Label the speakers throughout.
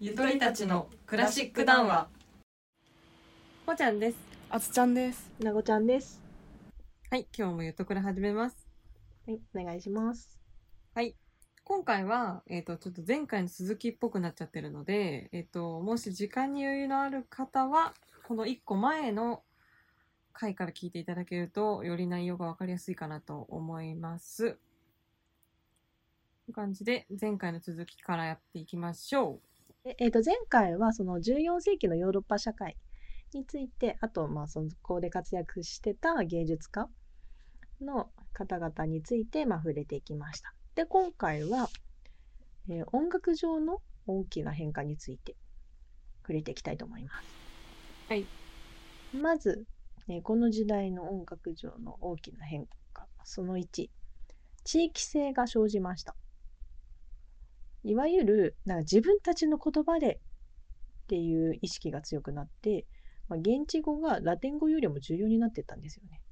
Speaker 1: ゆとりたちのクラシック談話。
Speaker 2: ほちゃんです。
Speaker 3: あつちゃんです。
Speaker 4: なごちゃんです。
Speaker 2: はい、今日もゆとくら始めます。
Speaker 4: はい、お願いします。
Speaker 2: はい、今回はちょっと前回の続きっぽくなっちゃってるので、もし時間に余裕のある方はこの1個前の回から聞いていただけるとより内容が分かりやすいかなと思います。という感じで前回の続きからやっていきましょ
Speaker 4: 前回はその14世紀のヨーロッパ社会について、あとそのここで活躍してた芸術家の方々について触れていきました。で、今回は、音楽上の大きな変化について触れていきたいと思います。
Speaker 2: はい。
Speaker 4: まず、この時代の音楽上の大きな変化、その1、地域性が生じました。いわゆる自分たちの言葉でっていう意識が強くなって、現地語がラテン語よりも重要になっていったんですよね。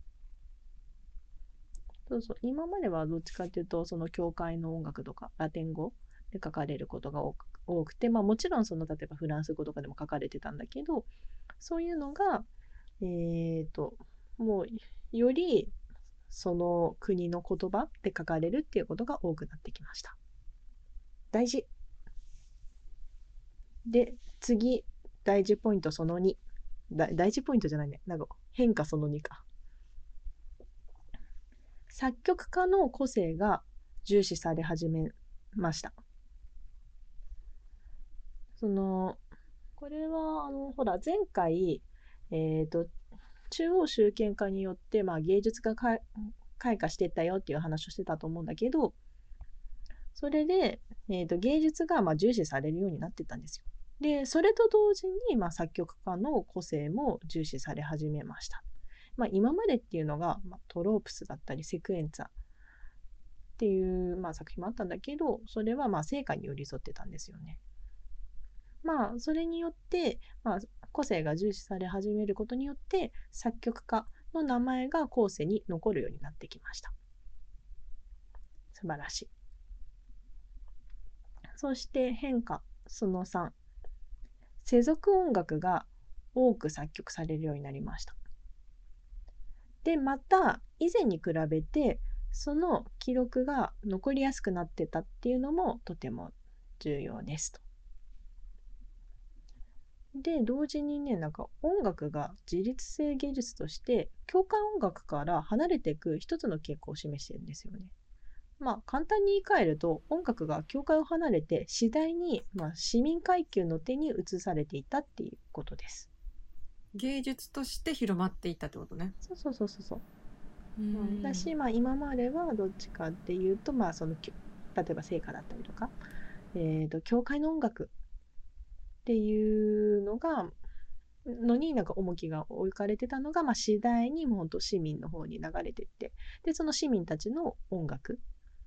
Speaker 4: そうそう、今まではどっちかというとその教会の音楽とかラテン語で書かれることが多くて、もちろんその例えばフランス語とかでも書かれてたんだけど、そういうのがもうよりその国の言葉で書かれるっていうことが多くなってきました。大事で、次、大事ポイントその2。大事ポイントじゃないね。変化その2か。作曲家の個性が重視され始めました。これは、前回、中央集権化によって、芸術が開花していったよっていう話をしてたと思うんだけど、それで、芸術が重視されるようになってたんですよ。で、それと同時に、作曲家の個性も重視され始めました。今までっていうのが、トロープスだったりセクエンツァっていう、作品もあったんだけど、それは成果に寄り添ってたんですよね。それによって、個性が重視され始めることによって、作曲家の名前が後世に残るようになってきました。素晴らしい。そして変化その3、世俗音楽が多く作曲されるようになりました。で、また以前に比べてその記録が残りやすくなってたっていうのもとても重要ですと。で、同時にね、音楽が自律性芸術として教会音楽から離れていく一つの傾向を示しているんですよね。簡単に言い換えると、音楽が教会を離れて次第に市民階級の手に移されていたっていうことです。
Speaker 2: 芸術として広まっていったってことね。
Speaker 4: そう。だし、今まではどっちかっていうと、例えば聖歌だったりとか、教会の音楽っていうのに重きが置かれてたのが、次第にもう本当市民の方に流れていって、でその市民たちの音楽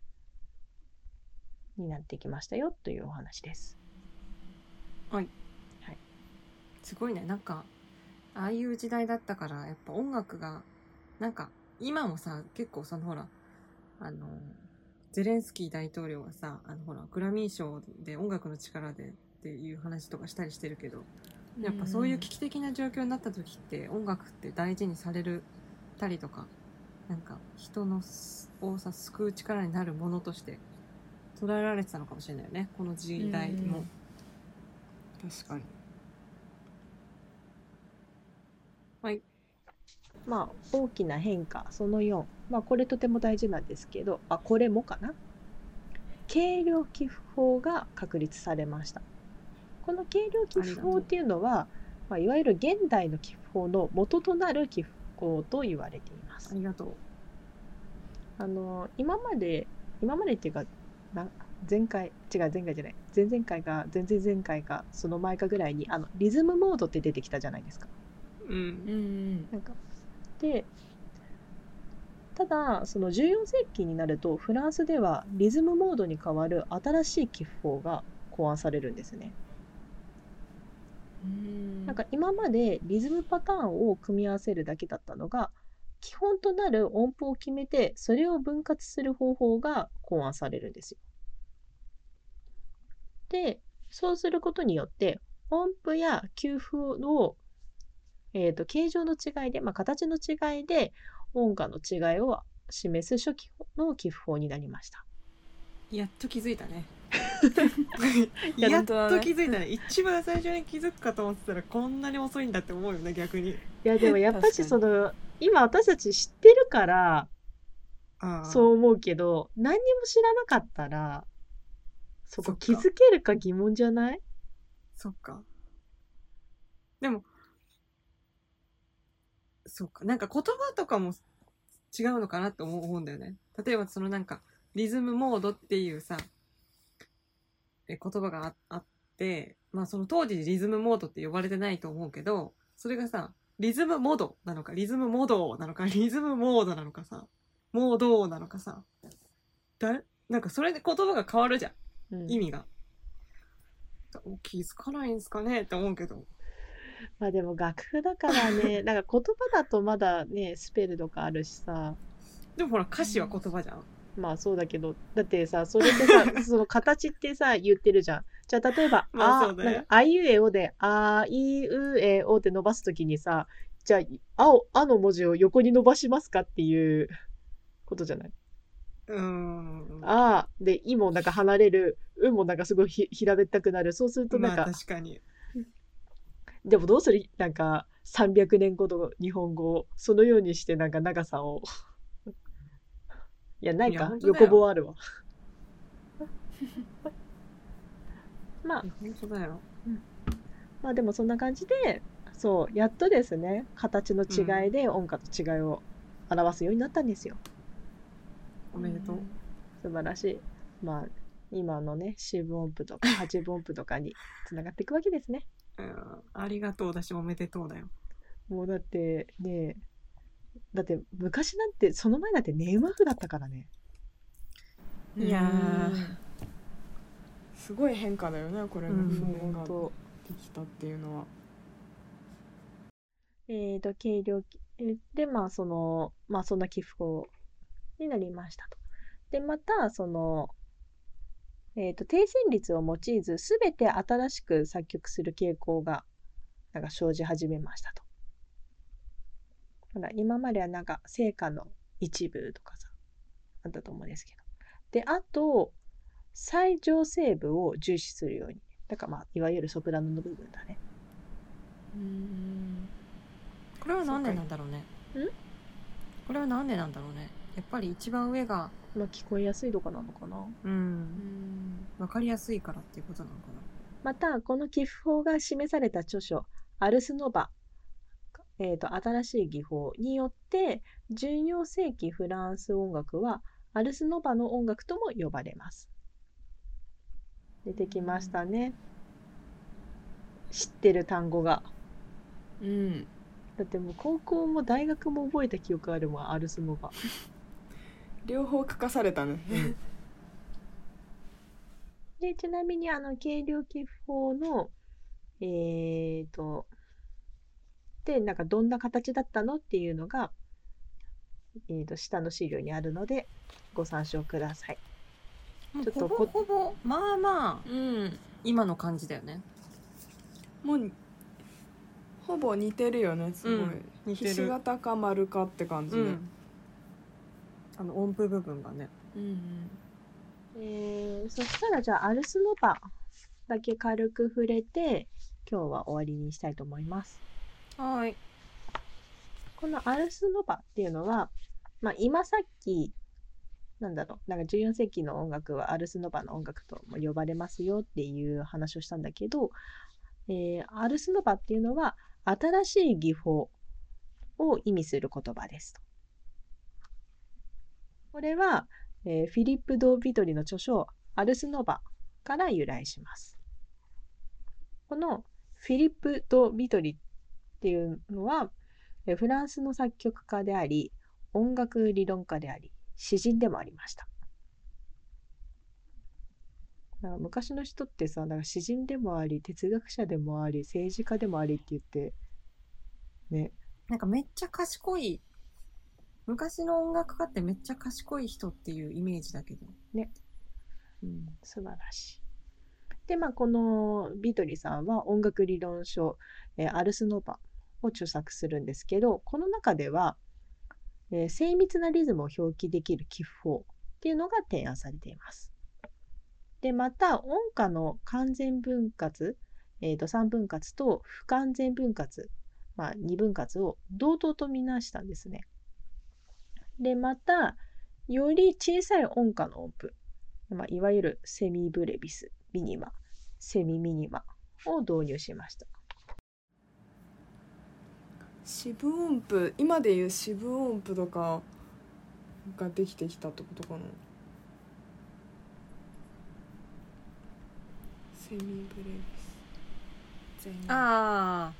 Speaker 4: になってきましたよというお話です。
Speaker 2: はい。すごいね。ああいう時代だったからやっぱ音楽が今もさ、結構ほらゼレンスキー大統領がさ、グラミー賞で音楽の力でっていう話とかしたりしてるけど、やっぱそういう危機的な状況になった時って音楽って大事にされるたりとか、人のを救う力になるものとして捉えられてたのかもしれないよね、この時代も。
Speaker 3: 確かに。
Speaker 2: はい。
Speaker 4: 大きな変化その4、これとても大事なんですけど、これもかな。計量寄付法が確立されました。この計量寄付法っていうのは、いわゆる現代の寄付法の元となる寄付法と言われています。
Speaker 2: ありがとう。
Speaker 4: 今までっていうか前々回かその前かぐらいにリズムモードって出てきたじゃないですか。で、ただその14世紀になるとフランスではリズムモードに代わる新しい寄付法が考案されるんですね。今までリズムパターンを組み合わせるだけだったのが、基本となる音符を決めてそれを分割する方法が考案されるんですよ。で、 そうすることによって音符や休符の、形状の違いで、形の違いで音感の違いを示す初期の記符法になりました。
Speaker 2: やっと気づいたね
Speaker 4: や
Speaker 2: やっ
Speaker 3: 本当だね
Speaker 2: と気づいたね。一番最初に気づくかと思ってたらこんなに遅いんだって思うよね、逆に。
Speaker 4: いやでもやっぱり
Speaker 3: 確かに
Speaker 4: 今私たち知ってるから
Speaker 2: ああ、
Speaker 4: そう思うけど、何にも知らなかったらそこ
Speaker 2: そっか
Speaker 4: 気づけるか疑問じゃない？
Speaker 2: そっか。でもそうか、なんか言葉とかも違うのかなって思うんだよね。例えばそのなんかリズムモードっていうさ言葉があって、まあその当時リズムモードって呼ばれてないと思うけど、それがさリズムモードなのかリズムモードなのかリズムモードなのかさモードなのかさ、なんかそれで言葉が変わるじゃん、
Speaker 4: うん
Speaker 2: 意味が。気づかないんですかねって思うけど。
Speaker 4: まあでも楽譜だからね、なんか言葉だとまだね、スペルとかあるしさ、
Speaker 2: でもほら歌詞は言葉じゃん。
Speaker 4: まあそうだけど、だってさ、それってさ、その形ってさ、言ってるじゃん。じゃあ例えば、
Speaker 2: まあそうね
Speaker 4: なんか、あいうえおで、あいうえおって伸ばすときにさ、じゃあ、あの文字を横に伸ばしますかっていうことじゃない？あで、いもなんか離れる、うもなんかすごい平べったくなる。そうするとなんか、
Speaker 2: まあ確かに。
Speaker 4: でもどうする？なんか300年後の日本語をそのようにしてなんか長さをいやないか
Speaker 2: いや本当だよ
Speaker 4: 横棒あるわまあ
Speaker 2: 本当だよ。
Speaker 4: まあでもそんな感じでそうやっとですね形の違いで音感の違いを表すようになったんですよ。
Speaker 2: おめでとう。
Speaker 4: 素晴らしい。まあ今のね四分音符とか八分音符とかにつながっていくわけですね。
Speaker 2: ありがとうだしおめでとうだよ。
Speaker 4: もうだってねだって昔なんてその前だってネーム譜だったからね。
Speaker 2: いやー
Speaker 3: すごい変化だよねこれが
Speaker 2: うん
Speaker 3: 譜面が
Speaker 4: ほんと
Speaker 3: できたっていうのは。
Speaker 4: 計量でまあそんな記符法になりましたと。でまた定線律を用いず全て新しく作曲する傾向がなんか生じ始めましたと。ほら今まではなんか聖歌の一部とかさあったと思うんですけど、であと最上声部を重視するように、だからまあいわゆるソプラノの部分だね。
Speaker 2: これはなんでなんだろうね。
Speaker 4: ん
Speaker 2: これはなんでなんだろうね。やっぱり一番上が
Speaker 4: まあ聞こえやすいとかなのかな。
Speaker 2: わかりやすいからっていうことなのか
Speaker 4: またこの記符法が示された著書アルスノバ、新しい技法によって14世紀フランス音楽はアルスノバの音楽とも呼ばれます。出てきましたね。知ってる単語が。
Speaker 3: うん
Speaker 4: だってもう高校も大学も覚えた記憶あるもん、アルスノバ。
Speaker 3: 両方書かされたね。
Speaker 4: でちなみに計量記符法のでなんかどんな形だったのっていうのが、下の資料にあるのでご参照ください。
Speaker 2: な。
Speaker 4: ちょっと
Speaker 2: ほぼほぼまあまあ
Speaker 3: うん
Speaker 2: 今の感じだよね。
Speaker 3: もうほぼ似てるよねすごい、
Speaker 2: 似てる
Speaker 3: ひし形か丸かって感じで、
Speaker 2: 音符部分がね。
Speaker 4: そしたらじゃあアルスノバだけ軽く触れて今日は終わりにしたいと思います。
Speaker 2: はい。
Speaker 4: このアルスノバっていうのは、まあ、今さっきなんか14世紀の音楽はアルスノバの音楽とも呼ばれますよっていう話をしたんだけど、アルスノバっていうのは新しい技法を意味する言葉ですと。これは、フィリップ・ド・ヴィトリの著書アルスノバから由来します。このフィリップ・ド・ヴィトリっていうのはフランスの作曲家であり音楽理論家であり詩人でもありました。なんか昔の人ってさ、なんか詩人でもあり哲学者でもあり政治家でもありって言ってね、
Speaker 2: なんかめっちゃ賢い、昔の音楽家ってめっちゃ賢い人っていうイメージだけど
Speaker 4: ね、素晴らしい。 で、このビトリさんは音楽理論書、アルスノバを著作するんですけど、この中では、精密なリズムを表記できる記符法っていうのが提案されています。で、また音歌の完全分割、3分割と不完全分割、2分割を同等とみなしたんですね。で、また、より小さい音歌の音符、いわゆるセミブレビス、ミニマ、セミミニマを導入しました。
Speaker 3: 四分音符、今でいう四分音符とかができてきたってことかな。セミブレビス全員。
Speaker 2: あ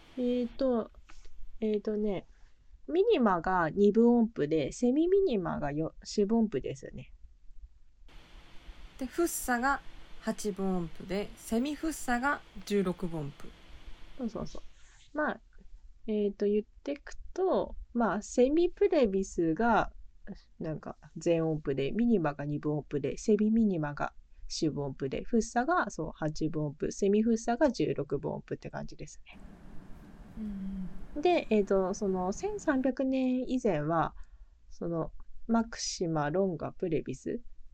Speaker 4: ミニマが2分音符で、セミミニマが4分音符ですよね。
Speaker 2: でフッサが8分音符でセミフッサが16分音符。
Speaker 4: そう。言っていくと、セミプレビスがなんか全音符で、ミニマが2分音符で、セミミニマが4分音符で、フッサが8分音符、セミフッサが16分音符って感じですね。で、その1300年以前は、そのマクシマ、ロンガ、プレビス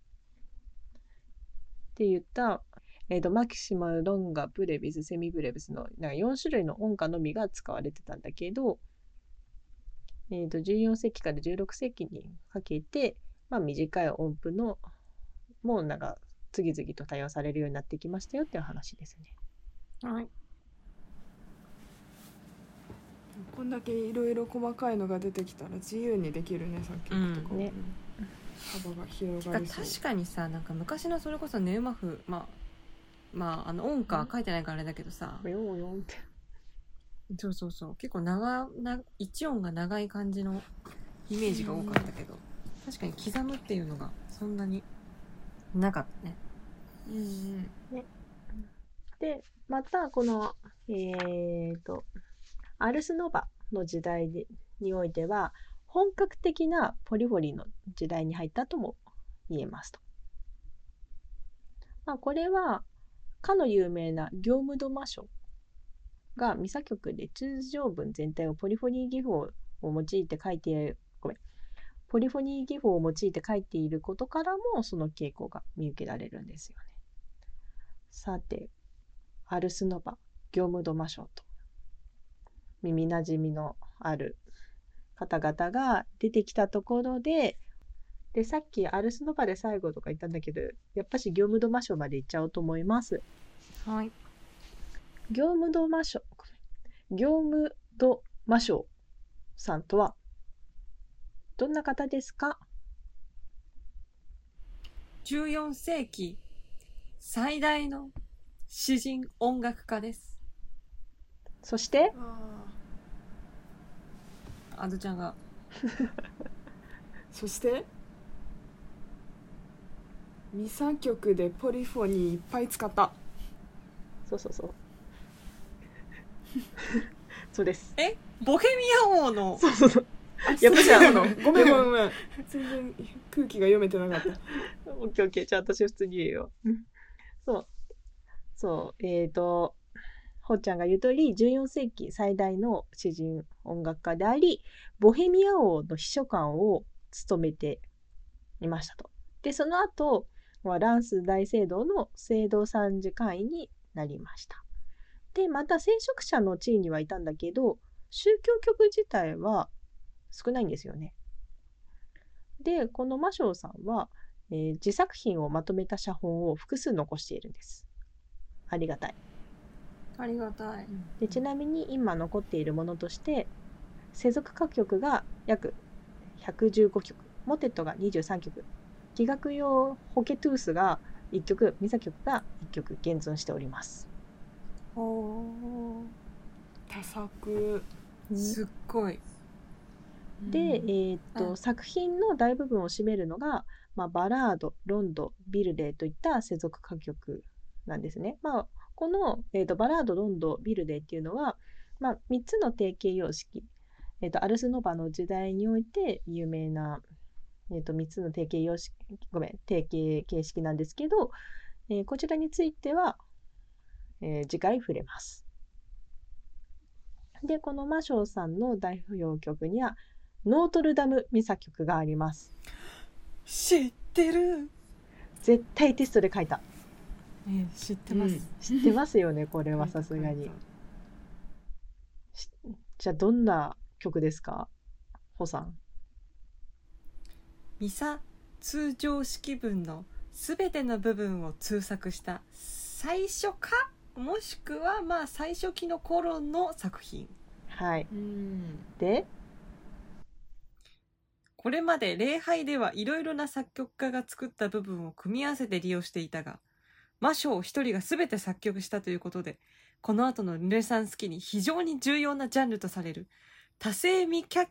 Speaker 4: って言った、マキシマ、ロンガ、プレビス、セミプレビスの4種類の音歌のみが使われてたんだけど、14世紀から16世紀にかけて、短い音符のもう次々と多用されるようになってきましたよっていう話ですね。
Speaker 2: はい。
Speaker 3: こんだけいろいろ細かいのが出てきたら自由にできるね、作曲とか、
Speaker 4: ね、
Speaker 3: 幅が広がりそう。
Speaker 2: 確かにさ、なんか昔のそれこそネウマフ、音歌書いてないからあれだけどさ、
Speaker 4: よんって
Speaker 2: そう結構一音が長い感じのイメージが多かったけど、確かに刻むっていうのがそんなになかったね。
Speaker 4: で、またこのアルスノバの時代においては本格的なポリフォニーの時代に入ったとも言えますと。これはかの有名な業務土魔書がミサ曲で通常文全体をポリフォニー技法を用いて書いているポリフォニー技法を用いて書いていることからもその傾向が見受けられるんですよね。さて、アルスノバ、業務土魔書と耳なじみのある方々が出てきたところで、さっきアルスノバで最後とか言ったんだけど、やっぱし業務土魔書まで行っちゃおうと思います。
Speaker 2: はい。
Speaker 4: 業務土魔書さんとはどんな方ですか
Speaker 2: ？14世紀最大の詩人音楽家です。
Speaker 4: そして
Speaker 2: アドちゃんが
Speaker 3: そしてミサ曲でポリフォニーいっぱい使った。
Speaker 4: そうそうです。
Speaker 2: ボヘミア王の
Speaker 4: そう
Speaker 3: やっぱりごめん全然空気が読めてなかった。
Speaker 4: オッケーじゃあ私普通に言うよ。ほっちゃんが言う通り14世紀最大の詩人音楽家であり、ボヘミア王の秘書官を務めていましたと。でその後ランス大聖堂の聖堂参事会員になりました。でまた聖職者の地位にはいたんだけど、宗教曲自体は少ないんですよね。でこの魔性さんは、自作品をまとめた写本を複数残しているんです。ありがたい。でちなみに今残っているものとして世俗歌曲が約115曲、モテットが23曲、器楽用ホケトゥースが1曲、ミサ曲が1曲現存しております。
Speaker 3: 多作、
Speaker 2: すっごい。
Speaker 4: で、作品の大部分を占めるのが、バラード、ロンド、ビルデーといった世俗歌曲なんですね。この、バラード、ロンド、ビルデーっていうのは、3つの定型様式、アルスノバの時代において有名な、3つの定型形式なんですけど、 こちらについては、次回触れます。で、この魔性さんの代表曲にはノートルダムミサ曲があります。
Speaker 2: 知ってる。
Speaker 4: 絶対テストで書いた。
Speaker 2: 知ってます、
Speaker 4: 知ってますよねこれはさすがに。じゃあどんな曲ですか、ホさん。
Speaker 2: ミサ通常式文のすべての部分を通作した最初かもしくはまあ最初期の頃の作品。
Speaker 4: はい。
Speaker 3: うん
Speaker 4: で
Speaker 2: これまで礼拝ではいろいろな作曲家が作った部分を組み合わせて利用していたが、魔性一人が全て作曲したということで、この後のルネサンス期に非常に重要なジャンルとされる多声未脚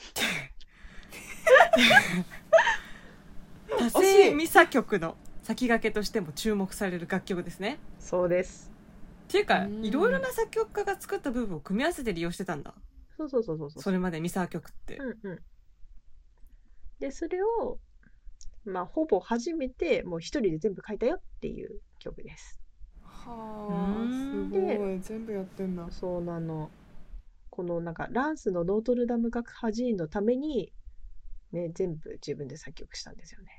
Speaker 2: 多声未作曲の先駆けとしても注目される楽曲ですね。
Speaker 4: そうです。
Speaker 2: っていうか、いろいろな作曲家が作った部分を組み合わせて利用してたんだ。
Speaker 4: そうそうそうそうそう。
Speaker 2: それまでミサ曲って。
Speaker 4: うんうん。でそれをまあほぼ初めてもう一人で全部書いたよっていう曲です。
Speaker 3: はあ、すごい全部やってんだ。
Speaker 4: そうなの。このなんかランスのノートルダム学派寺院のためにね全部自分で作曲したんですよね。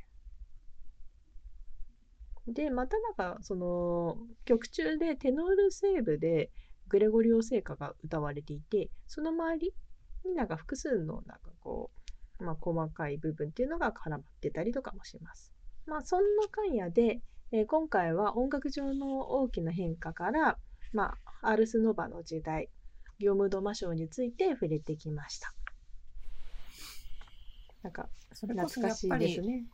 Speaker 4: でまたなんかその曲中でテノールセーブでグレゴリオ聖歌が歌われていて、その周りになんか複数のなんかこう、まあ、細かい部分っていうのが絡まってたりとかもします。まあそんな間やで、今回は音楽上の大きな変化から、まあ、アルスノバの時代ギョムド魔性について触れてきました。なんか懐かしいですね。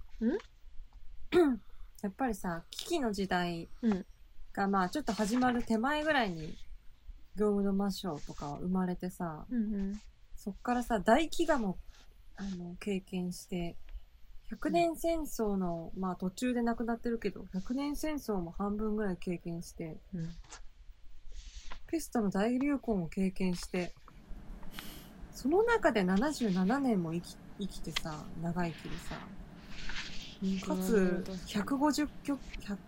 Speaker 2: やっぱりさ、危機の時代がまあちょっと始まる手前ぐらいに業務の魔性とか生まれてさ、そっからさ大飢餓も経験して、100年戦争の、まあ途中で亡くなってるけど100年戦争も半分ぐらい経験して、ペストの大流行も経験して、その中で77年も生きてさ、長生きでさ、かつ150曲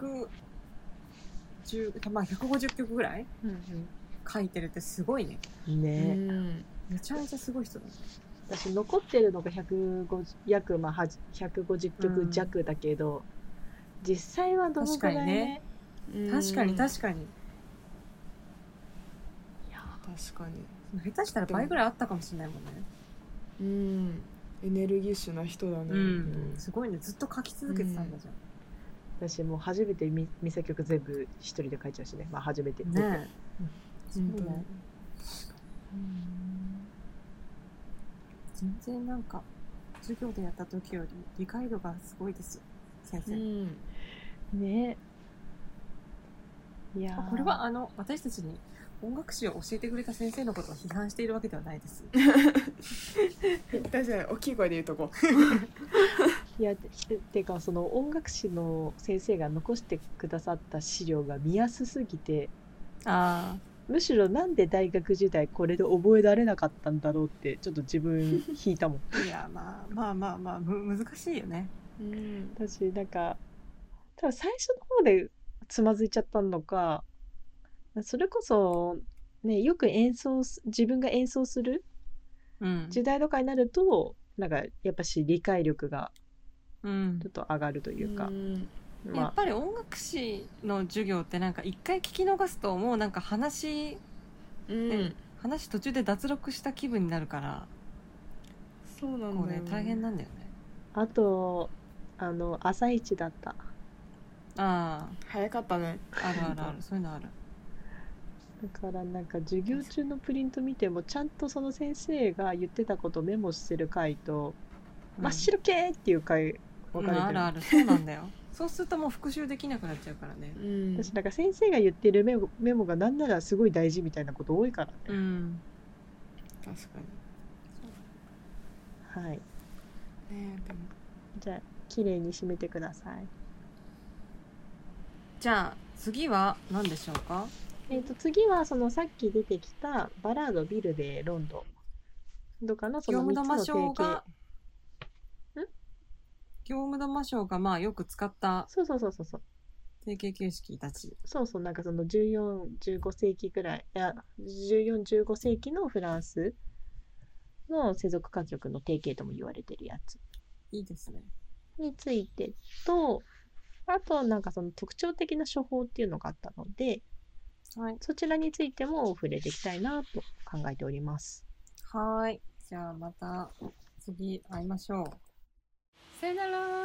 Speaker 2: まあ150曲ぐらい書いてるってすごいね。
Speaker 4: ね、
Speaker 2: めちゃめちゃすごい人だね。
Speaker 4: 私残ってるのが約まあ150曲弱だけど、実際はどのくらいね。
Speaker 2: 確かに確かに。い
Speaker 3: や確かに。
Speaker 2: 下手したら倍ぐらいあったかもしれないもんね。
Speaker 3: エネルギッシュな人だね。
Speaker 2: すごいね。ずっと書き続けてたんだじゃん。
Speaker 4: 私もう初めてミサ曲全部一人で書いちゃうしね。まあ初めて。
Speaker 2: ね。
Speaker 3: 本当に。
Speaker 2: 全然なんか授業でやった時より理解度がすごいです先生。
Speaker 4: ね。いや
Speaker 2: これは私たちに音楽史を教えてくれた先生のことを批判しているわけではないです。
Speaker 3: 大丈夫、大きい声で言うとこ。
Speaker 4: いやてかその音楽史の先生が残してくださった資料が見やすすぎて、むしろなんで大学時代これで覚えられなかったんだろうってちょっと自分引いたもん。
Speaker 2: いやまあ難しいよね。
Speaker 4: 私なんか多分最初の方でつまずいちゃったのか、それこそねよく自分が演奏する時代とかになると、なんかやっぱし理解力がちょっと上がるというか、
Speaker 2: やっぱり音楽史の授業ってなんか一回聞き逃すともうなんか話途中で脱落した気分になるから、
Speaker 3: そうなんだよね。
Speaker 2: これ大変なんだよね。
Speaker 4: あと朝一だった。
Speaker 3: 早かったね。
Speaker 2: あるそういうのある。
Speaker 4: だからなんか授業中のプリント見てもちゃんとその先生が言ってたことをメモしてる回と、真っ白系っていう回分かれてる。
Speaker 2: あるそうなんだよ。そうするともう復習できなくなっちゃうからね。
Speaker 4: 私なんか先生が言ってるメモがなんならすごい大事みたいなこと多いからね。
Speaker 3: 確か
Speaker 4: に。はい。
Speaker 3: でも
Speaker 4: じゃあ綺麗に締めてください。
Speaker 2: じゃあ次は何でしょうか。
Speaker 4: 次はそのさっき出てきたバラードビルでロンドとかのその3つの提携。
Speaker 2: 業務の魔性がまあよく使った。
Speaker 4: そう。
Speaker 2: 定型形式たち。
Speaker 4: そうそう、なんかその14、15世紀ぐらい、いや、14、15世紀のフランスの世俗歌曲の定型とも言われてるやつ
Speaker 2: いいですね。
Speaker 4: についてと、あとなんかその特徴的な処方っていうのがあったので、
Speaker 2: はい。
Speaker 4: そちらについても触れていきたいなと考えております。
Speaker 2: はい。じゃあまた次会いましょう。さよなら。